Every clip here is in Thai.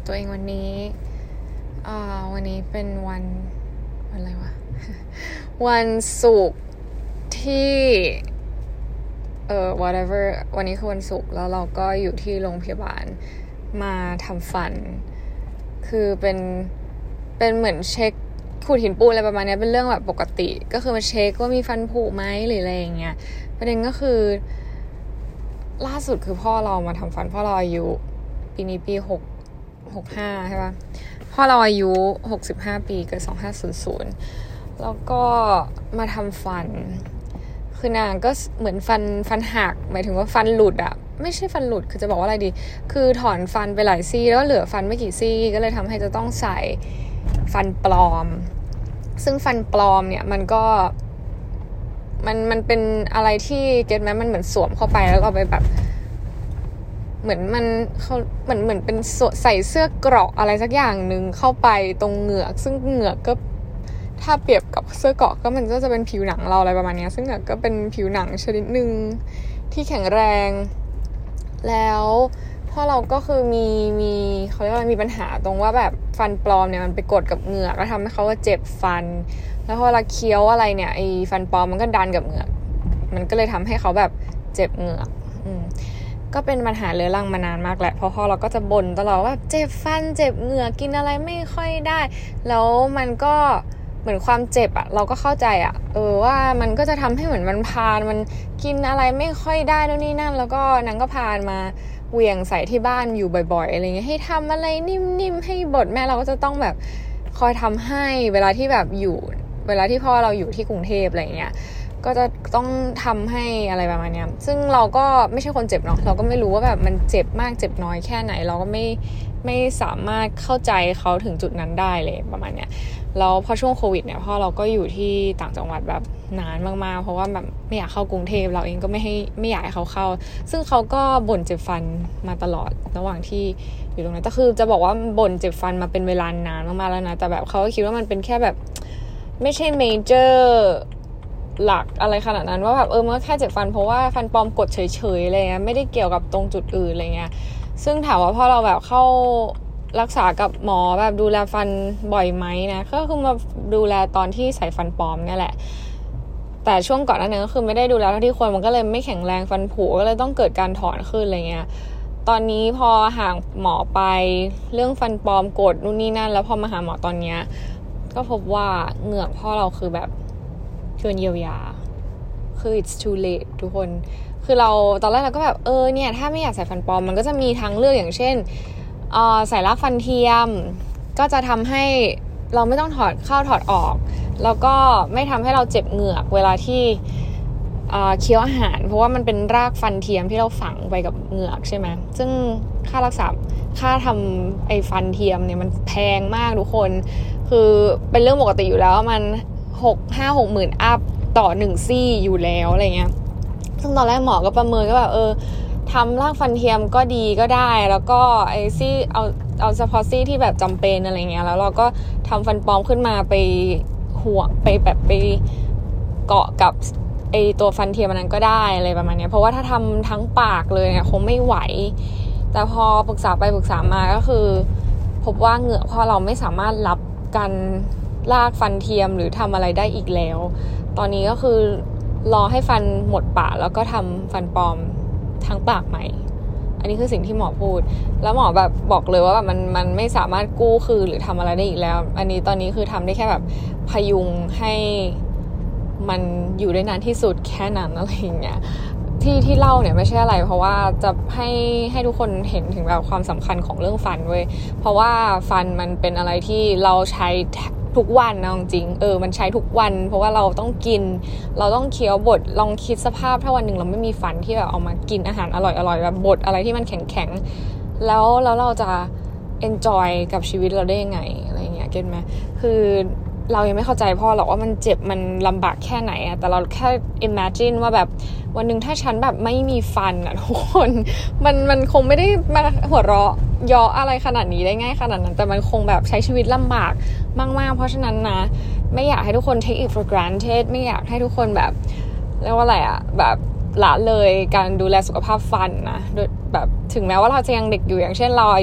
กับตัวเองวันนี้วันนี้เป็นวันอะไรวะ วันศุกร์ที่whatever วันนี้คือวันศุกร์แล้วเราก็อยู่ที่โรงพยาบาลมาทำฟันคือเป็นเหมือนเช็คขูดหินปูนอะไรประมาณนี้เป็นเรื่องแบบปกติก็คือมาเช็คว่ามีฟันผุไหมหรืออะไรอย่างเงี้ยประเด็นก็คือล่าสุดคือพ่อเรามาทำฟันพ่อเราอายุปีนี้ปี65ใช่ป่ะพ่อเราอายุ65ปีเกิด2500แล้วก็มาทำฟันคือนางก็เหมือนฟันหักหมายถึงว่าฟันหลุดอ่ะไม่ใช่ฟันหลุดคือจะบอกว่าอะไรดีคือถอนฟันไปหลายซี่แล้วเหลือฟันไม่กี่ซี่ก็เลยทำให้จะต้องใส่ฟันปลอมซึ่งฟันปลอมเนี่ยมันก็มันเป็นอะไรที่เก็ทไหมมันเหมือนสวมเข้าไปแล้วเราไปแบบเหมือนมันเขาเหมือนเป็นใส่เสื้อเกราะอะไรสักอย่างนึงเข้าไปตรงเหงือกซึ่งเหงือกก็ถ้าเปรียบกับเสื้อเกราะก็มันก็จะเป็นผิวหนังเราอะไรประมาณนี้ซึ่งเหงือกก็เป็นผิวหนังชนิดนึงที่แข็งแรงแล้วพอเราก็คือมีเขาเรียกว่ามีปัญหาตรงว่าแบบฟันปลอมเนี่ยมันไปกดกับเหงือกแล้วทำให้เขาเจ็บฟันแล้วพอเราเคี้ยวอะไรเนี่ยไอ้ฟันปลอมมันก็ดันกับเหงือกมันก็เลยทำให้เขาแบบเจ็บเหงือกก็เป็นปัญหาเรื้อรังมานานมากแหละเพราะพ่อเราก็จะบ่นตลอดว่าเจ็บฟันเจ็บเหงือกกินอะไรไม่ค่อยได้แล้วมันก็เหมือนความเจ็บอ่ะเราก็เข้าใจอ่ะว่ามันก็จะทำให้เหมือนมันพานมันกินอะไรไม่ค่อยได้นู่นนี่นั่นแล้วก็นางก็พานมาเหวี่ยงใส่ที่บ้านอยู่บ่อยๆอะไรเงี้ยให้ทำอะไรนิ่มๆให้บทแม่เราก็จะต้องแบบคอยทำให้เวลาที่พ่อเราอยู่ที่กรุงเทพอะไรเงี้ยก็จะต้องทำให้อะไรประมาณนี้ซึ่งเราก็ไม่ใช่คนเจ็บเนาะเราก็ไม่รู้ว่าแบบมันเจ็บมากเจ็บน้อยแค่ไหนเราก็ไม่สามารถเข้าใจเขาถึงจุดนั้นได้เลยประมาณเนี้ยแล้วพอช่วงโควิดเนี่ยพ่อเราก็อยู่ที่ต่างจังหวัดแบบนานมากๆเพราะว่าแบบไม่อยากเข้ากรุงเทพเราเองก็ไม่อยากให้เขาเข้าซึ่งเขาก็บ่นเจ็บฟันมาตลอดระหว่างที่อยู่ตรงนั้นแต่คือจะบอกว่าบ่นเจ็บฟันมาเป็นเวลานานมากๆแล้วนะแต่แบบเขาก็คิดว่ามันเป็นแค่แบบไม่ใช่เมเจอร์หลักอะไรขนาดนั้นว่าแบบมันก็แค่เจ็บฟันเพราะว่าฟันปลอมกดเฉยๆอะไรเงี้ยไม่ได้เกี่ยวกับตรงจุดอื่นอะไรเงี้ยซึ่งถามว่าพอเราแบบเข้ารักษากับหมอแบบดูแลฟันบ่อยไหมนะก็คือมาดูแลตอนที่ใส่ฟันปลอมเนี่ยแหละแต่ช่วงก่อนหน้านั้นก็คือไม่ได้ดูแลเท่าที่ควรมันก็เลยไม่แข็งแรงฟันผุก็เลยต้องเกิดการถอนขึ้นอะไรเงี้ยตอนนี้พอห่างหมอไปเรื่องฟันปลอมกดนู่นนี่นั่นแล้วพอมาหาหมอตอนเนี้ยก็พบว่าเหงือกพ่อเราคือแบบเกินเยียวยาคือ it's too late ทุกคนคือเราตอนแรกเราก็แบบเนี่ยถ้าไม่อยากใส่ฟันปลอมมันก็จะมีทางเลือกอย่างเช่นใส่รากฟันเทียมก็จะทำให้เราไม่ต้องถอดเข้าถอดออกแล้วก็ไม่ทำให้เราเจ็บเหงือกเวลาที่เคี้ยวอาหารเพราะว่ามันเป็นรากฟันเทียมที่เราฝังไปกับเหงือกใช่ไหมซึ่งค่ารักษาค่าทำไอ้ฟันเทียมเนี่ยมันแพงมากทุกคนคือเป็นเรื่องปกติอยู่แล้วมัน6-6 หมื่นอัพต่อ1ซี่อยู่แล้วอะไรเงี้ยซึ่งตอนแรกหมอก็ประเมินก็แบบทำรากฟันเทียมก็ดีก็ได้แล้วก็ไอ้ซี่เอาเฉพาะซี่ที่แบบจำเป็นอะไรเงี้ยแล้วเราก็ทำฟันปลอมขึ้นมาไปห่วงไปแบบไปเกาะกับไอ้ตัวฟันเทียมนั้นก็ได้อะไรประมาณนี้เพราะว่าถ้าทำทั้งปากเลยเนี่ยคงไม่ไหวแต่พอปรึกษาไปปรึกษามาก็คือพบว่าเหงือกพอเราไม่สามารถรับการลากฟันเทียมหรือทำอะไรได้อีกแล้วตอนนี้ก็คือรอให้ฟันหมดปากแล้วก็ทำฟันปลอมทั้งปากใหม่อันนี้คือสิ่งที่หมอพูดแล้วหมอแบบบอกเลยว่าแบบมันไม่สามารถกู้คืนหรือทำอะไรได้อีกแล้วอันนี้ตอนนี้คือทำได้แค่แบบพยุงให้มันอยู่ได้นานที่สุดแค่นั้นอะไรอย่างเงี้ยที่เล่าเนี่ยไม่ใช่อะไรเพราะว่าจะให้ทุกคนเห็นถึงแบบความสำคัญของเรื่องฟันเว้ยเพราะว่าฟันมันเป็นอะไรที่เราใช้ทุกวันนะจริงมันใช้ทุกวันเพราะว่าเราต้องกินเราต้องเคี้ยวบดลองคิดสภาพถ้าวันหนึ่งเราไม่มีฟันที่แบบเอามากินอาหารอร่อยแบบบดอะไรที่มันแข็งแล้วเราจะ enjoy กับชีวิตเราได้ยังไงอะไรเงี้ยเก็ทไหมคือเรายังไม่เข้าใจพ่อหรอกว่ามันเจ็บมันลำบากแค่ไหนอะแต่เราแค่ imagine ว่าแบบวันนึงถ้าฉันแบบไม่มีฟันอะทุกคนมันคงไม่ได้มาหัวเราะเยาะอะไรขนาดนี้ได้ง่ายขนาดนั้นแต่มันคงแบบใช้ชีวิตลำบากมากๆเพราะฉะนั้นนะไม่อยากให้ทุกคน take it for granted ไม่อยากให้ทุกคนแบบเรียกว่าอะไรอะแบบละเลยการดูแลสุขภาพฟันนะโดยแบบถึงแม้ว่าเราจะยังเด็กอยู่อย่างเช่นเราอายุ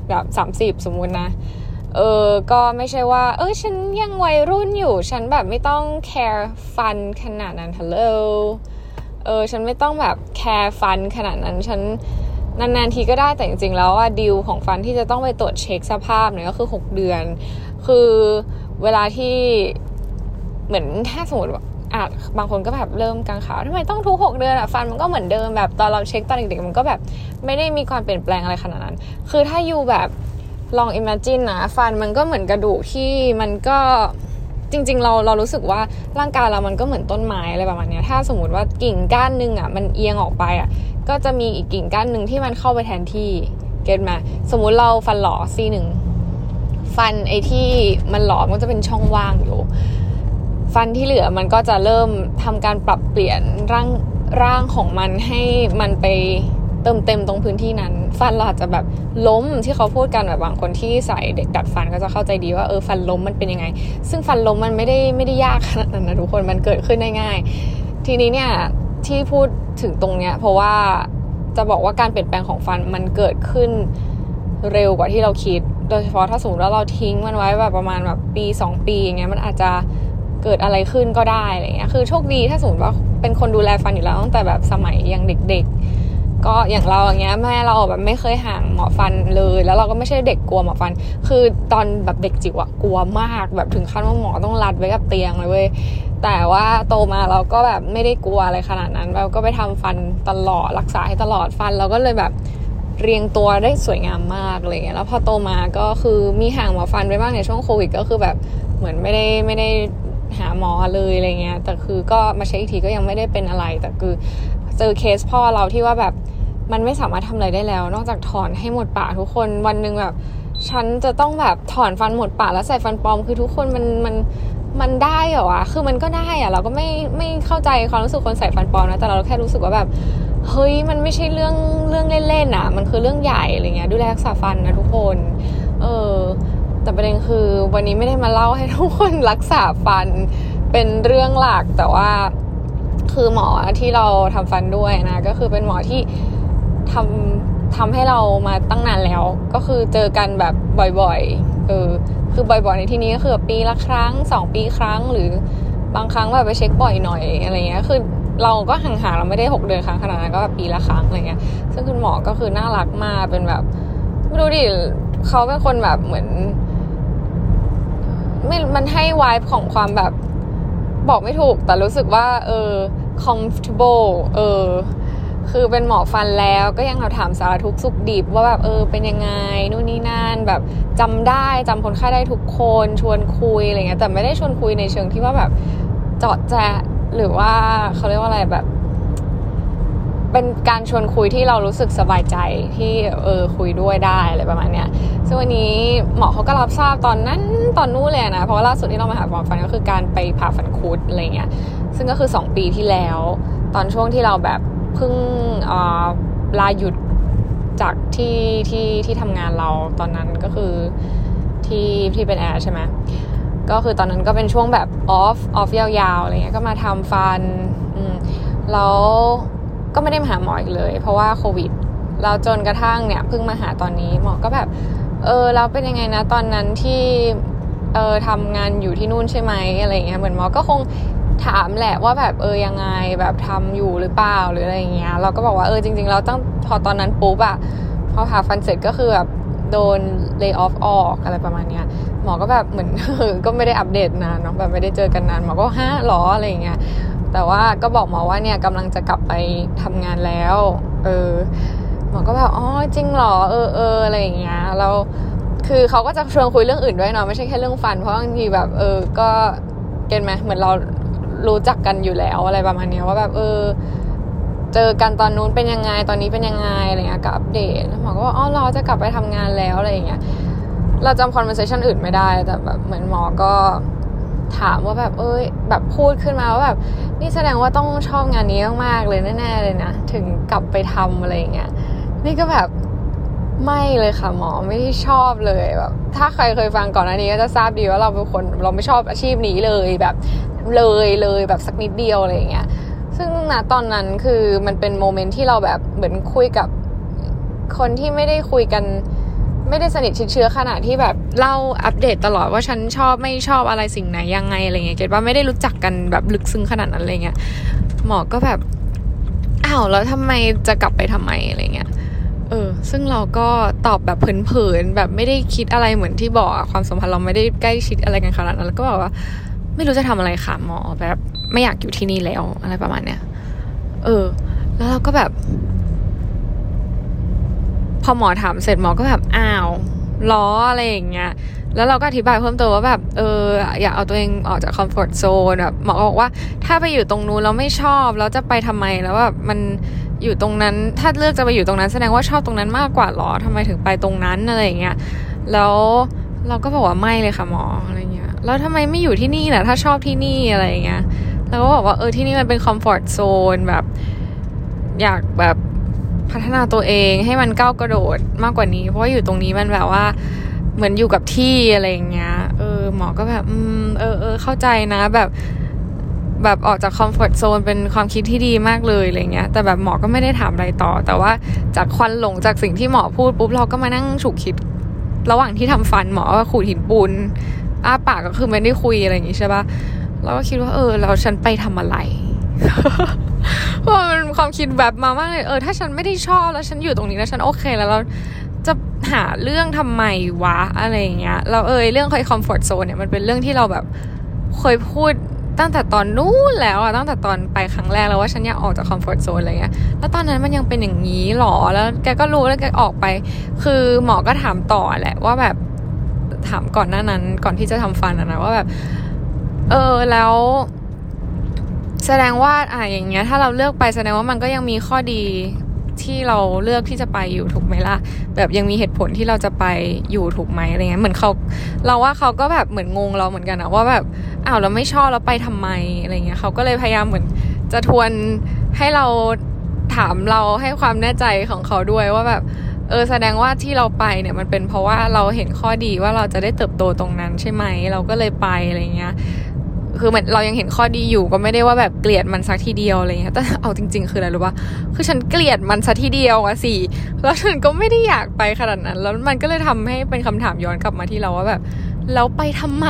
แบบ30สมมุตินะก็ไม่ใช่ว่าฉันยังวัยรุ่นอยู่ฉันแบบไม่ต้อง care ฟันขนาดนั้นฮัลโหลฉันไม่ต้องแบบ care ฟันขนาดนั้นฉันนานๆทีก็ได้แต่จริงๆแล้วดีลของฟันที่จะต้องไปตรวจเช็คสภาพเนี่ยก็คือ6เดือนคือเวลาที่เหมือนถ้าสมมติว่าบางคนก็แบบเริ่มกังขาทำไมต้องทุก6เดือนฟันมันก็เหมือนเดิมแบบตอนเราเช็คตอนเด็กๆมันก็แบบไม่ได้มีความเปลี่ยนแปลงอะไรขนาดนั้นคือถ้าอยู่แบบลอง imagine นะฟันมันก็เหมือนกระดูกที่มันก็จริงๆเรารู้สึกว่าร่างกายเรามันก็เหมือนต้นไม้อะไรประมาณนี้ถ้าสมมติว่ากิ่งก้านนึงมันเอียงออกไปก็จะมีอีกกิ่งก้านนึงที่มันเข้าไปแทนที่เก็ทมาสมมุติเราฟันหล่อซี่นึงฟันไอ้ที่มันหล่อมันจะเป็นช่องว่างอยู่ฟันที่เหลือมันก็จะเริ่มทำการปรับเปลี่ยนร่างของมันให้มันไปเติมเต็มตรงพื้นที่นั้นฟันเราอาจจะแบบล้มที่เขาพูดกันแบบบางคนที่ใส่เด็กดัดฟันก็จะเข้าใจดีว่าฟันล้มมันเป็นยังไงซึ่งฟันล้มมันไม่ได้ยากขนาดนั้นนะทุกคนมันเกิดขึ้นได้ง่ายทีนี้เนี่ยที่พูดถึงตรงเนี้ยเพราะว่าจะบอกว่าการเปลี่ยนแปลงของฟันมันเกิดขึ้นเร็วกว่าที่เราคิดโดยเฉพาะถ้าสมมติว่าเราทิ้งมันไว้แบบประมาณแบบปี2ปีอย่างเงี้ยมันอาจจะเกิดอะไรขึ้นก็ได้อะไรเงี้ยคือโชคดีถ้าสมมติว่าเป็นคนดูแลฟันอยู่แล้วตั้งแต่แบบสมัยยังเด็กๆก็อย่างเราอย่างเงี้ยแม่เราแบบไม่เคยห่างหมอฟันเลยแล้วเราก็ไม่ใช่เด็กกลัวหมอฟันคือตอนแบบเด็กจิ๋วกลัวมากแบบถึงขั้นว่าหมอต้องรัดไว้กับเตียงเลยเว้ยแต่ว่าโตมาเราก็แบบไม่ได้กลัวอะไรขนาดนั้นเราก็ไปทำฟันตลอดรักษาให้ตลอดฟันเราก็เลยแบบเรียงตัวได้สวยงามมากอะไรเงี้ยแล้วพอโตมาก็คือมีห่างหมอฟันไปบ้างในช่วงโควิดก็คือแบบเหมือนไม่ได้หาหมอเลยอะไรเงี้ยแต่คือก็มาเช็คอีกทีก็ยังไม่ได้เป็นอะไรแต่คือเจอเคสพ่อเราที่ว่าแบบมันไม่สามารถทำอะไรได้แล้วนอกจากถอนให้หมดปากทุกคนวันนึงแบบฉันจะต้องแบบถอนฟันหมดปากแล้วใส่ฟันปลอมคือทุกคนมันได้เหรอวะคือมันก็ได้เราก็ไม่เข้าใจความรู้สึกคนใส่ฟันปลอมนะแต่เราแค่รู้สึกว่าแบบเฮ้ยมันไม่ใช่เรื่องเล่นๆมันคือเรื่องใหญ่อะไรเงี้ยดูแลรักษาฟันนะทุกคนแต่ประเด็นคือวันนี้ไม่ได้มาเล่าให้ทุกคนรักษาฟันเป็นเรื่องหลักแต่ว่าคือหมอที่เราทำฟันด้วยนะก็คือเป็นหมอที่ทำให้เรามาตั้งนานแล้วก็คือเจอกันแบบบ่อยๆคือบ่อยๆในที่นี้ก็คือปีละครั้ง2ปีครั้งหรือบางครั้งแบบไปเช็คบ่อยหน่อยอะไรเงี้ยคือเราก็ห่างๆเราไม่ได้6เดือนครั้งขนาดนั้นก็แบบปีละครั้งอะไรเงี้ยซึ่งคุณหมอก็คือน่ารักมากเป็นแบบไม่รู้ดิเขาเป็นคนแบบเหมือนไม่มันให้ไวบ์ของความแบบบอกไม่ถูกแต่รู้สึกว่าcomfortable คือเป็นหมอฟันแล้วก็ยังถามสารทุกข์สุขดิบว่าแบบเป็นยังไงนู่นนี่นั่นแบบจำคนไข้ได้ทุกคนชวนคุยอะไรเงี้ยแต่ไม่ได้ชวนคุยในเชิงที่ว่าแบบเจาะแจ๊ะหรือว่าเขาเรียกว่าอะไรแบบเป็นการชวนคุยที่เรารู้สึกสบายใจที่คุยด้วยได้อะไรประมาณเนี้ยซึ่งวันนี้หมอเขาก็รับทราบตอนนู้นเลยนะเพราะว่าล่าสุดที่เรามาหาหมอฟันก็คือการไปผ่าฟันคุดอะไรเงี้ยซึ่งก็คือ2ปีที่แล้วตอนช่วงที่เราแบบเพิ่งลาหยุดจากที่ทำงานเราตอนนั้นก็คือที่เป็นแอร์ใช่ไหมก็คือตอนนั้นก็เป็นช่วงแบบออฟยาวๆอะไรเงี้ยก็มาทำฟันแล้วก็ไม่ได้มาหาหมออีกเลยเพราะว่าโควิดเราจนกระทั่งเนี่ยเพิ่งมาหาตอนนี้หมอก็แบบเราเป็นยังไงนะตอนนั้นที่ทำงานอยู่ที่นู่นใช่ไหมอะไรเงี้ยเหมือนหมอก็คงถามแหละว่าแบบยังไงแบบทำอยู่หรือเปล่าหรืออะไรเงี้ยเราก็บอกว่าจริงๆเราตั้งพอตอนนั้นปุ๊บพอผ่าฟันเสร็จก็คือแบบโดน lay off ออกอะไรประมาณเนี้ยหมอก็แบบเหมือน ก็ไม่ได้อัปเดตนานเนาะแบบไม่ได้เจอกันนานหมอก็หรออะไรเงี้ยแต่ว่าก็บอกหมอว่าเนี่ยกำลังจะกลับไปทำงานแล้วหมอก็แบบอ๋อจริงเหรออะไรอย่างเงี้ยแล้วคือเขาก็จะชวนคุยเรื่องอื่นด้วยเนาะไม่ใช่แค่เรื่องฟันเพราะบางทีแบบก็เก็ทไหมเหมือนเรารู้จักกันอยู่แล้วอะไรประมาณนี้ว่าแบบเจอกันตอนนู้นเป็นยังไงตอนนี้เป็นยังไงอะไรเงี้ยก็อัปเดตแล้วหมอก็ว่าอ๋อเราจะกลับไปทำงานแล้วอะไรอย่างเงี้ยเราจำ conversation อื่นไม่ได้แต่แบบเหมือนหมอก็ถามว่าแบบแบบพูดขึ้นมาว่าแบบนี่แสดงว่าต้องชอบงานนี้มากๆเลยแน่ๆเลยนะถึงกลับไปทำอะไรอย่างเงี้ยนี่ก็แบบไม่เลยค่ะหมอไม่ได้ชอบเลยแบบถ้าใครเคยฟังก่อนหน้านี้ก็จะทราบดีว่าเราเป็นคนเราไม่ชอบอาชีพนี้เลยแบบเลยแบบสักนิดเดียวอะไรอย่างเงี้ยซึ่งณตอนนั้นคือมันเป็นโมเมนต์ที่เราแบบเหมือนคุยกับคนที่ไม่ได้คุยกันไม่ได้สนิทชิดเชื้อขนาดที่แบบเล่าอัปเดตตลอดว่าฉันชอบไม่ชอบอะไรสิ่งไหนยังไงอะไรเงี้ยเก็ทว่าไม่ได้รู้จักกันแบบลึกซึ้งขนาดนั้นอะไรเงี้ยหมอก็แบบอ้าวแล้วทำไมจะกลับไปทำไมอะไรเงี้ยซึ่งเราก็ตอบแบบเผินๆแบบไม่ได้คิดอะไรเหมือนที่บอกความสัมพันธ์เราไม่ได้ใกล้ชิดอะไรกันขนาดนั้นแล้วก็บอกว่าไม่รู้จะทำอะไรค่ะหมอแบบไม่อยากอยู่ที่นี่แล้วอะไรประมาณเนี้ยแล้วเราก็แบบพอหมอถามเสร็จหมอก็แบบอ้าวล้ออะไรอย่างเงี้ยแล้วเราก็อธิบายเพิ่มเติมว่าแบบอยากเอาตัวเองออกจากคอมฟอร์ตโซนแบบหมอบอกว่าถ้าไปอยู่ตรงนู้นแล้วไม่ชอบแล้วจะไปทำไมแล้วแบบมันอยู่ตรงนั้นถ้าเลือกจะไปอยู่ตรงนั้นแสดงว่าชอบตรงนั้นมากกว่าหรอทำไมถึงไปตรงนั้นอะไรอย่างเงี้ยแล้วเราก็บอกว่าไม่เลยค่ะหมออะไรเงี้ยแล้วทำไมไม่อยู่ที่นี่ล่ะถ้าชอบที่นี่อะไรอย่างเงี้ยแล้วก็บอกว่าที่นี่มันเป็นคอมฟอร์ตโซนแบบอยากแบบพัฒนาตัวเองให้มันก้าวกระโดดมากกว่านี้เพราะว่าอยู่ตรงนี้มันแบบว่าเหมือนอยู่กับที่อะไรอย่างเงี้ยหมอก็แบบเข้าใจนะแบบออกจากคอมฟอร์ตโซนเป็นความคิดที่ดีมากเลยอะไรเงี้ยแต่แบบหมอก็ไม่ได้ถามอะไรต่อแต่ว่าจากควันหลงจากสิ่งที่หมอพูดปุ๊บเราก็มานั่งฉุกคิดระหว่างที่ทำฟันหมอว่าขูดหินปูนอ้าปากก็คือไม่ได้คุยอะไรอย่างงี้ใช่ปะเราก็คิดว่าเราฉันไปทำอะไร เพราะมันความคิดแบบมามากเลยถ้าฉันไม่ได้ชอบแล้วฉันอยู่ตรงนี้แล้วฉันโอเคแล้วเราจะหาเรื่องทำไมวะอะไรอย่างเงี้ยเราเรื่องคอมฟอร์ตโซนเนี่ยมันเป็นเรื่องที่เราแบบเคยพูดตั้งแต่ตอนนู้นแล้วตั้งแต่ตอนไปครั้งแรกแล้วว่าฉันอยากออกจากคอมฟอร์ตโซนอะไรเงี้ยแล้วตอนนั้นมันยังเป็นอย่างนี้หรอแล้วแกก็รู้แล้วแกออกไปคือหมอก็ถามต่อแหละว่าแบบถามก่อนหน้านั้นก่อนที่จะทำฟันนะว่าแบบแล้วแสดงว่าอย่างเงี้ยถ้าเราเลือกไปแสดงว่ามันก็ยังมีข้อดีที่เราเลือกที่จะไปอยู่ถูกไหมล่ะแบบยังมีเหตุผลที่เราจะไปอยู่ถูกไหมอะไรเงี้ยเหมือนเราว่าเขาก็แบบเหมือนงงเราเหมือนกันนะว่าแบบเราไม่ชอบแล้วไปทำไมอะไรเงี้ยเขาก็เลยพยายามเหมือนจะทวนให้เราถามเราให้ความแน่ใจของเขาด้วยว่าแบบแสดงว่าที่เราไปเนี่ยมันเป็นเพราะว่าเราเห็นข้อดีว่าเราจะได้เติบโตตรงนั้นใช่ไหมเราก็เลยไปอะไรเงี้ยคือมันเรายังเห็นข้อดีอยู่ก็ไม่ได้ว่าแบบเกลียดมันสักทีเดียวอะไรเงี้ยแต่เอาจริงๆคืออะไรรู้ป่ะคือฉันเกลียดมันสักทีเดียวอะสิแล้วฉันก็ไม่ได้อยากไปขนาดนั้นแล้วมันก็เลยทำให้เป็นคำถามย้อนกลับมาที่เราว่าแบบแล้วไปทำไม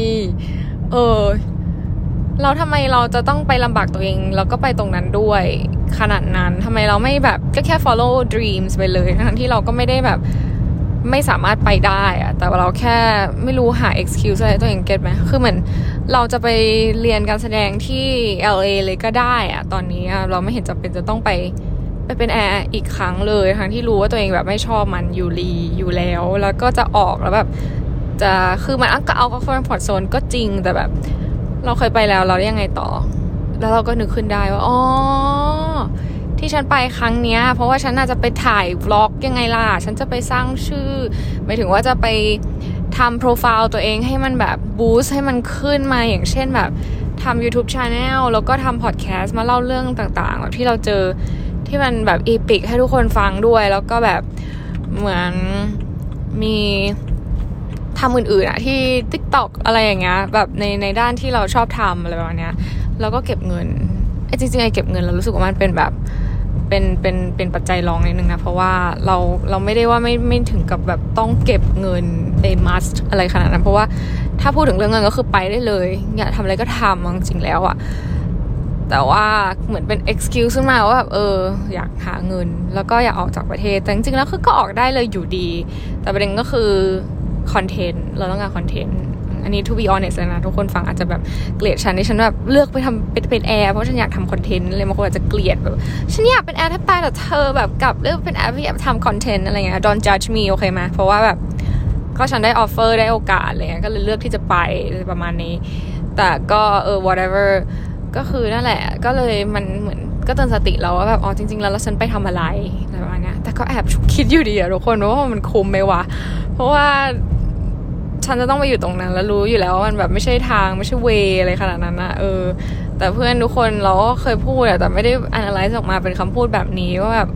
เราทำไมเราจะต้องไปลำบากตัวเองแล้วก็ไปตรงนั้นด้วยขนาดนั้นทำไมเราไม่แบบก็แค่ follow dreams ไปเลยทั้งที่เราก็ไม่ได้แบบไม่สามารถไปได้อะแต่ว่าเราแค่ไม่รู้หา excuse อะไรตัวเองเก็ทไหมคือเหมือนเราจะไปเรียนการแสดงที่ LA เลยก็ได้อะตอนนี้เราไม่เห็นจำเป็นจะต้องไปเป็นแอร์อีกครั้งเลยทั้งที่รู้ว่าตัวเองแบบไม่ชอบมันอยู่แล้วก็จะออกแล้วแบบจะคือมันก็เอาคอมฟอร์ตโซนก็จริงแต่แบบเราเคยไปแล้วเราได้ยังไงต่อแล้วเราก็นึกขึ้นได้ว่าที่ฉันไปครั้งเนี้ยเพราะว่าฉันน่าจะไปถ่ายวล็อกยังไงล่ะฉันจะไปสร้างชื่อหมายถึงว่าจะไปทำโปรไฟล์ตัวเองให้มันแบบบูสต์ให้มันขึ้นมาอย่างเช่นแบบทำ YouTube Channel แล้วก็ทำพอดแคสต์มาเล่าเรื่องต่างๆแบบที่เราเจอที่มันแบบอีพิกให้ทุกคนฟังด้วยแล้วก็แบบเหมือนมีทำอื่นๆที่ TikTok อะไรอย่างเงี้ยแบบในด้านที่เราชอบทำอะไรแบบเนี้ยแล้วก็เก็บเงินจริงๆเก็บเงินเรารู้สึกว่ามันเป็นแบบเป็นปัจจัยรองนิดนึงนะเพราะว่าเราไม่ได้ว่าไม่ถึงกับแบบต้องเก็บเงินmust อะไรขนาดนั้นเพราะว่าถ้าพูดถึงเรื่องเงินก็คือไปได้เลยอยากทำอะไรก็ทำจริงๆแล้วอะแต่ว่าเหมือนเป็น excuse ขึ้นมาว่าแบบอยากหาเงินแล้วก็อยากออกจากประเทศแต่จริงๆแล้วคือก็ออกได้เลยอยู่ดีแต่ประเด็นก็คือคอนเทนต์เราต้องการคอนเทนต์อันนี้ to be honest เลยนะทุกคนฟังอาจจะแบบเกลียดฉันที่ฉันแบบเลือกไปทำเป็นแอร์เพราะฉันอยากทำคอนเทนต์เลยบางคนอาจจะเกลียดแบบฉันอยากเป็นแอร์แทบตายแต่เธอแบบกลับเลือกเป็นแอร์ที่อยากทำคอนเทนต์อะไรเงี้ย don't judge me โอเคไหมเพราะว่าแบบก็ฉันได้ออฟเฟอร์ได้โอกาสอะไรเงี้ยก็เลยเลือกที่จะไปประมาณนี้แต่ก็whatever ก็คือนั่นแหละก็เลยมันเหมือนก็เตือนสติเราว่าแบบจริงๆแล้วฉันไปทำอะไรประมาณนี้แต่ก็แอบคิดอยู่ดีอะทุกคนว่ามันคุ้มไหมวะเพราะว่าฉันจะต้องไปอยู่ตรงนั้นแล้วรู้อยู่แล้วว่ามันแบบไม่ใช่ทางไม่ใช่เวอะไรขนาดนั้นนะแต่เพื่อนทุกคนเราก็เคยพูดแต่ไม่ได้ analyze ออกมาเป็นคำพูดแบบนี้ว่าแบบ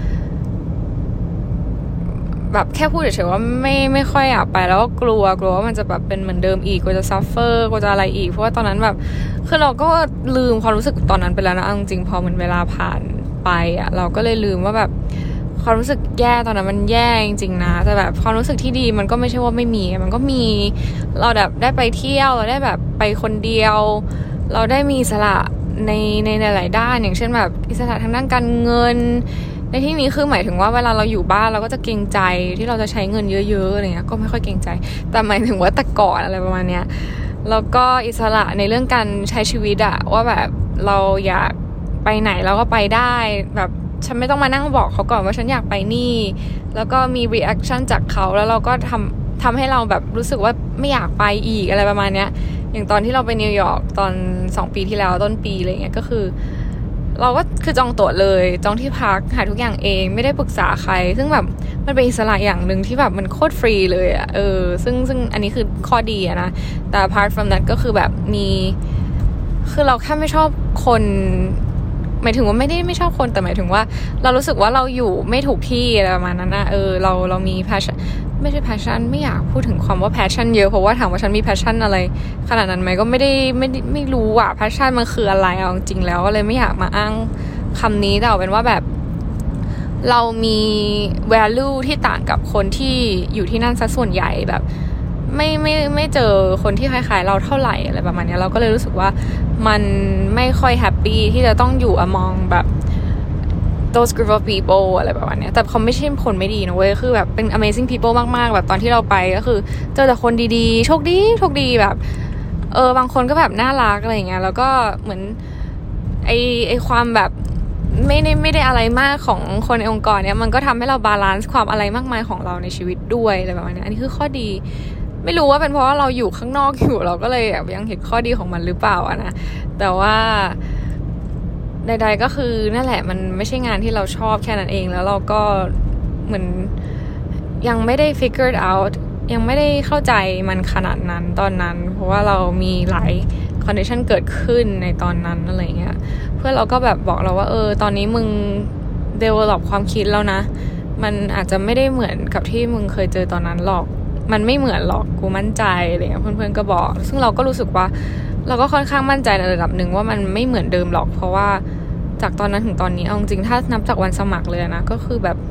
แบบแค่พูดเฉยๆว่าไม่ค่อยอยากไปแล้วก็กลัวว่ามันจะแบบเป็นเหมือนเดิมอีกกลัวจะซัฟเฟอร์กลัวจะอะไรอีกเพราะว่าตอนนั้นแบบคือเราก็ลืมความรู้สึกตอนนั้นไปแล้วนะจริงๆพอมันเวลาผ่านไปอ่ะเราก็เลยลืมว่าแบบความรู้สึกแย่ตอนนั้นมันแย่จริงๆนะแต่แบบความรู้สึกที่ดีมันก็ไม่ใช่ว่าไม่มีมันก็มีเราแบบได้ไปเที่ยวเราได้แบบไปคนเดียวเราได้มีอิสระในหลายด้านอย่างเช่นแบบอิสระทางด้านการเงินในที่นี้คือหมายถึงว่าเวลาเราอยู่บ้านเราก็จะเกรงใจที่เราจะใช้เงินเยอะๆอะไรเงี้ยก็ไม่ค่อยเกรงใจแต่หมายถึงว่าแต่ก่อนอะไรประมาณเนี้ยแล้วก็อิสระในเรื่องการใช้ชีวิตอะว่าแบบเราอยากไปไหนเราก็ไปได้แบบฉันไม่ต้องมานั่งบอกเขาก่อนว่าฉันอยากไปนี่แล้วก็มี reaction จากเขาแล้วเราก็ทำให้เราแบบรู้สึกว่าไม่อยากไปอีกอะไรประมาณเนี้ยอย่างตอนที่เราไปนิวยอร์กตอน2 ปีที่แล้วต้นปีอะไรเงี้ยก็คือเราก็คือจองตั๋วเลยจองที่พักหาทุกอย่างเองไม่ได้ปรึกษาใครซึ่งแบบมันเป็นอิสระอย่างหนึ่งที่แบบมันโคตรฟรีเลยอะซึ่งอันนี้คือข้อดีอะนะแต่ apart from that ก็คือแบบมีคือเราแค่ไม่ชอบคนหมายถึงว่าไม่ได้ไม่ชอบคนแต่หมายถึงว่าเรารู้สึกว่าเราอยู่ไม่ถูกที่อะไรประมาณนั้นนะเรามี passion ไม่ใช่ passion ไม่อยากพูดถึงความว่า passion เยอะเพราะว่าถามว่าฉันมี passion อะไรขนาดนั้นไหมก็ไม่รู้อะ passion มันคืออะไรเอาจริงแล้วก็เลยไม่อยากมาอ้างคำนี้แต่เอาเป็นว่าแบบเรามี value ที่ต่างกับคนที่อยู่ที่นั่นซะส่วนใหญ่แบบไม่เจอคนที่คล้ายๆเราเท่าไหร่อะไรประมาณนี้เราก็เลยรู้สึกว่ามันไม่ค่อยแฮปปี้ที่จะต้องอยู่ among แบบ those group of people อะไรประมาณนี้แต่เขาไม่ใช่คนไม่ดีนะเว้ยคือแบบเป็น amazing people มากๆแบบตอนที่เราไปก็คือเจอแต่คนดีๆโชคดีแบบบางคนก็แบบน่ารักอะไรอย่างเงี้ยแล้วก็เหมือนไอความแบบไม่ได้อะไรมากของคนในองค์กรเนี้ยมันก็ทำให้เราบาลานซ์ความอะไรมากมายของเราในชีวิตด้วยอะไรประมาณนี้อันนี้คือข้อดีไม่รู้ว่าเป็นเพราะว่าเราอยู่ข้างนอกอยู่เราก็เลยแบบยังเห็นข้อดีของมันหรือเปล่าอะนะแต่ว่าใดๆก็คือนั่นแหละมันไม่ใช่งานที่เราชอบแค่นั้นเองแล้วเราก็เหมือนยังไม่ได้ figured out ยังไม่ได้เข้าใจมันขนาดนั้นตอนนั้นเพราะว่าเรามีหลาย condition เกิดขึ้นในตอนนั้นอะไรเงี้ยเพื่อนเราก็แบบบอกเราว่าตอนนี้มึง develop ความคิดแล้วนะมันอาจจะไม่ได้เหมือนกับที่มึงเคยเจอตอนนั้นหรอกมันไม่เหมือนหรอกกูมั่นใจอะไรเงี้ยเพื่อนๆก็บอกซึ่งเราก็รู้สึกว่าเราก็ค่อนข้างมั่นใจในระดับหนึ่งว่ามันไม่เหมือนเดิมหรอกเพราะว่าจากตอนนั้นถึงตอนนี้เอาจริงถ้านับจากวันสมัครเลยนะก็คือแบบ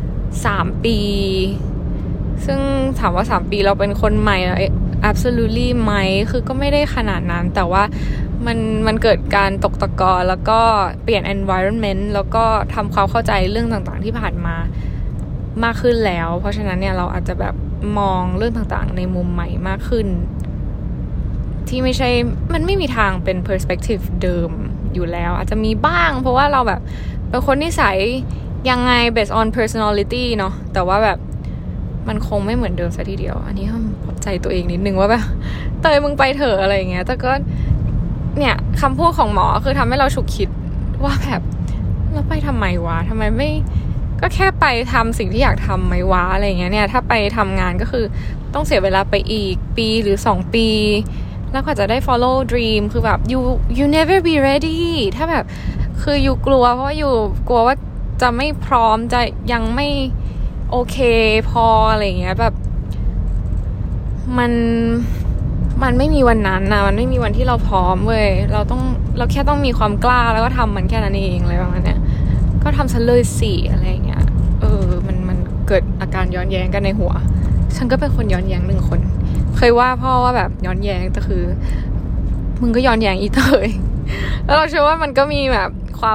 3 ปีซึ่งถามว่า3 ปีเราเป็นคนใหม่ absolutely ไหมคือก็ไม่ได้ขนาดนั้นแต่ว่ามันเกิดการตกตะกอนแล้วก็เปลี่ยน environment แล้วก็ทำความเข้าใจเรื่องต่างๆที่ผ่านมามากขึ้นแล้วเพราะฉะนั้นเนี่ยเราอาจจะแบบมองเรื่องต่างๆในมุมใหม่มากขึ้นที่ไม่ใช่มันไม่มีทางเป็น perspective เดิมอยู่แล้วอาจจะมีบ้างเพราะว่าเราแบบเป็นคนนิสัยยังไง based on personality เนาะแต่ว่าแบบมันคงไม่เหมือนเดิมซะทีเดียวอันนี้ก็ปลอบใจตัวเองนิดนึงว่าแบบเตยมึงไปเถอะอะไรอย่างเงี้ยแต่ก็เนี่ยคำพูดของหมอคือทำให้เราฉุกคิดว่าแบบเราไปทำไมวะทำไมไม่ก็แค่ไปทำสิ่งที่อยากทำไหมวะอะไรอย่างเงี้ยเนี่ยถ้าไปทำงานก็คือต้องเสียเวลาไปอีกปีหรือ2 ปีแล้วก็จะได้ follow dream คือแบบ you never be ready ถ้าแบบคืออยู่กลัวเพราะว่าอยู่กลัวว่าจะไม่พร้อมจะยังไม่โอเคพออะไรอย่างเงี้ยแบบมันไม่มีวันนั้นนะมันไม่มีวันที่เราพร้อมเว้ยเราแค่ต้องมีความกล้าแล้วก็ทำมันแค่นั้นเองอะไรประมาณเนี้ยก็ทำซะเลยสิอะไรอย่างเงี้ยมันเกิดอาการย้อนแย้งกันในหัวฉันก็เป็นคนย้อนแย้ง1 คนเคยว่าพ่อว่าแบบย้อนแย้งแต่คือมึงก็ย้อนแย้งอีเตยแล้วเราเชื่อว่ามันก็มีแบบ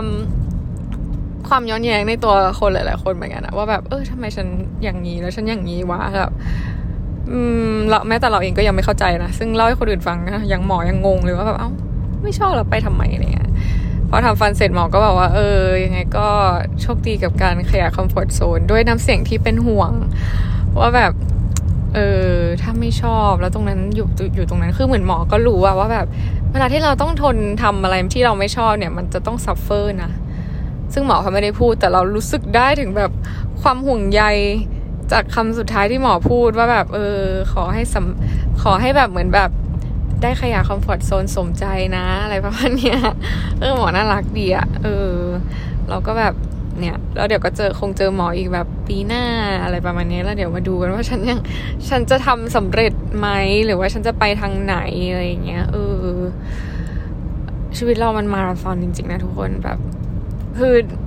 ความย้อนแย้งในตัวคนหลายๆคนเหมือนกันนะว่าแบบทำไมฉันอย่างนี้แล้วฉันอย่างนี้วะแบบเราแม้แต่เราเองก็ยังไม่เข้าใจนะซึ่งเล่าให้คนอื่นฟังนะยังหมอยังงงเลยว่าแบบไม่ชอบเราไปทำไมเนี่ยพอทำฟันเสร็จหมอก็บอกว่ายังไงก็โชคดีกับการขยายคอมฟอร์ตโซนด้วยน้ำเสียงที่เป็นห่วงว่าแบบถ้าไม่ชอบแล้วตรงนั้นอยู่ตรงนั้นคือเหมือนหมอก็รู้ว่าแบบเวลาที่เราต้องทนทำอะไรที่เราไม่ชอบเนี่ยมันจะต้องซัฟเฟอร์นะซึ่งหมอเขาไม่ได้พูดแต่เรารู้สึกได้ถึงแบบความห่วงใยจากคำสุดท้ายที่หมอพูดว่าแบบขอให้แบบเหมือนแบบได้ขยายคอมฟอร์ตโซนสมใจนะอะไรประมาณเนี้ยหมอน่ารักดีอะเราก็แบบเนี่ยแล้วเดี๋ยวก็คงเจอหมออีกแบบปีหน้าอะไรประมาณนี้แล้วเดี๋ยวมาดูกันว่าฉันจะทำสำเร็จไหมหรือว่าฉันจะไปทางไหนอะไรอย่างเงี้ยชีวิตเรามันมาราธอนจริงๆนะทุกคนแบบคือ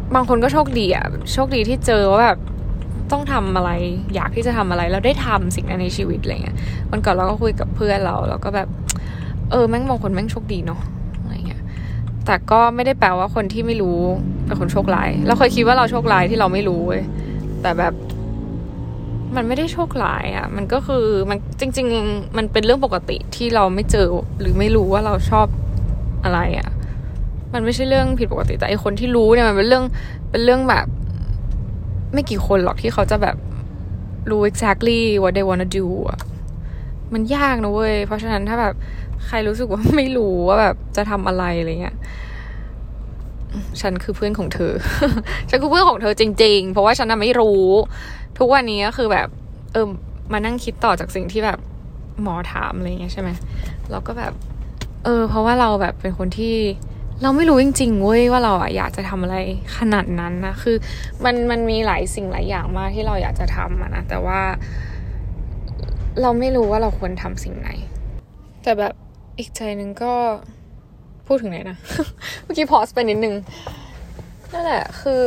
บางคนก็โชคดีอ่ะโชคดีที่เจอว่าแบบต้องทำอะไรอยากที่จะทำอะไรแล้วได้ทำสิ่งนั้นในชีวิตอะไรเงี้ยวันก่อนเราก็คุยกับเพื่อนเราแล้วก็แบบแม่งบางคนแม่งโชคดีเนาะอะไรเงี้ยแต่ก็ไม่ได้แปลว่าคนที่ไม่รู้เป็นคนโชคร้ายเราเคยคิดว่าเราโชคร้ายที่เราไม่รู้เว้ยแต่แบบมันไม่ได้โชคร้ายอ่ะมันก็คือมันจริงๆมันเป็นเรื่องปกติที่เราไม่เจอหรือไม่รู้ว่าเราชอบอะไรอ่ะมันไม่ใช่เรื่องผิดปกติแต่ไอคนที่รู้เนี่ยมันเป็นเรื่องแบบไม่กี่คนหรอกที่เขาจะแบบรู้ exactly what they wanna do อ่ะมันยากนะเว้ยเพราะฉะนั้นถ้าแบบใครรู้สึกว่าไม่รู้ว่าแบบจะทำอะไรอะไรเงี้ยฉันคือเพื่อนของเธอ ฉันคือเพื่อนของเธอจริงๆเพราะว่าฉันน่ะไม่รู้ทุกวันนี้ก็คือแบบมานั่งคิดต่อจากสิ่งที่แบบหมอถามอะไรเงี้ยใช่ไหมเราก็แบบเพราะว่าเราแบบเป็นคนที่เราไม่รู้จริงๆเว้ยว่าเราอะอยากจะทำอะไรขนาดนั้นนะคือมันมีหลายสิ่งหลายอย่างมากที่เราอยากจะทำนะแต่ว่าเราไม่รู้ว่าเราควรทำสิ่งไหนแต่แบบอีกใจนึงก็พูดถึงไหนนะ เมื่อกี้พอสไปนิดนึงนั่นแหละ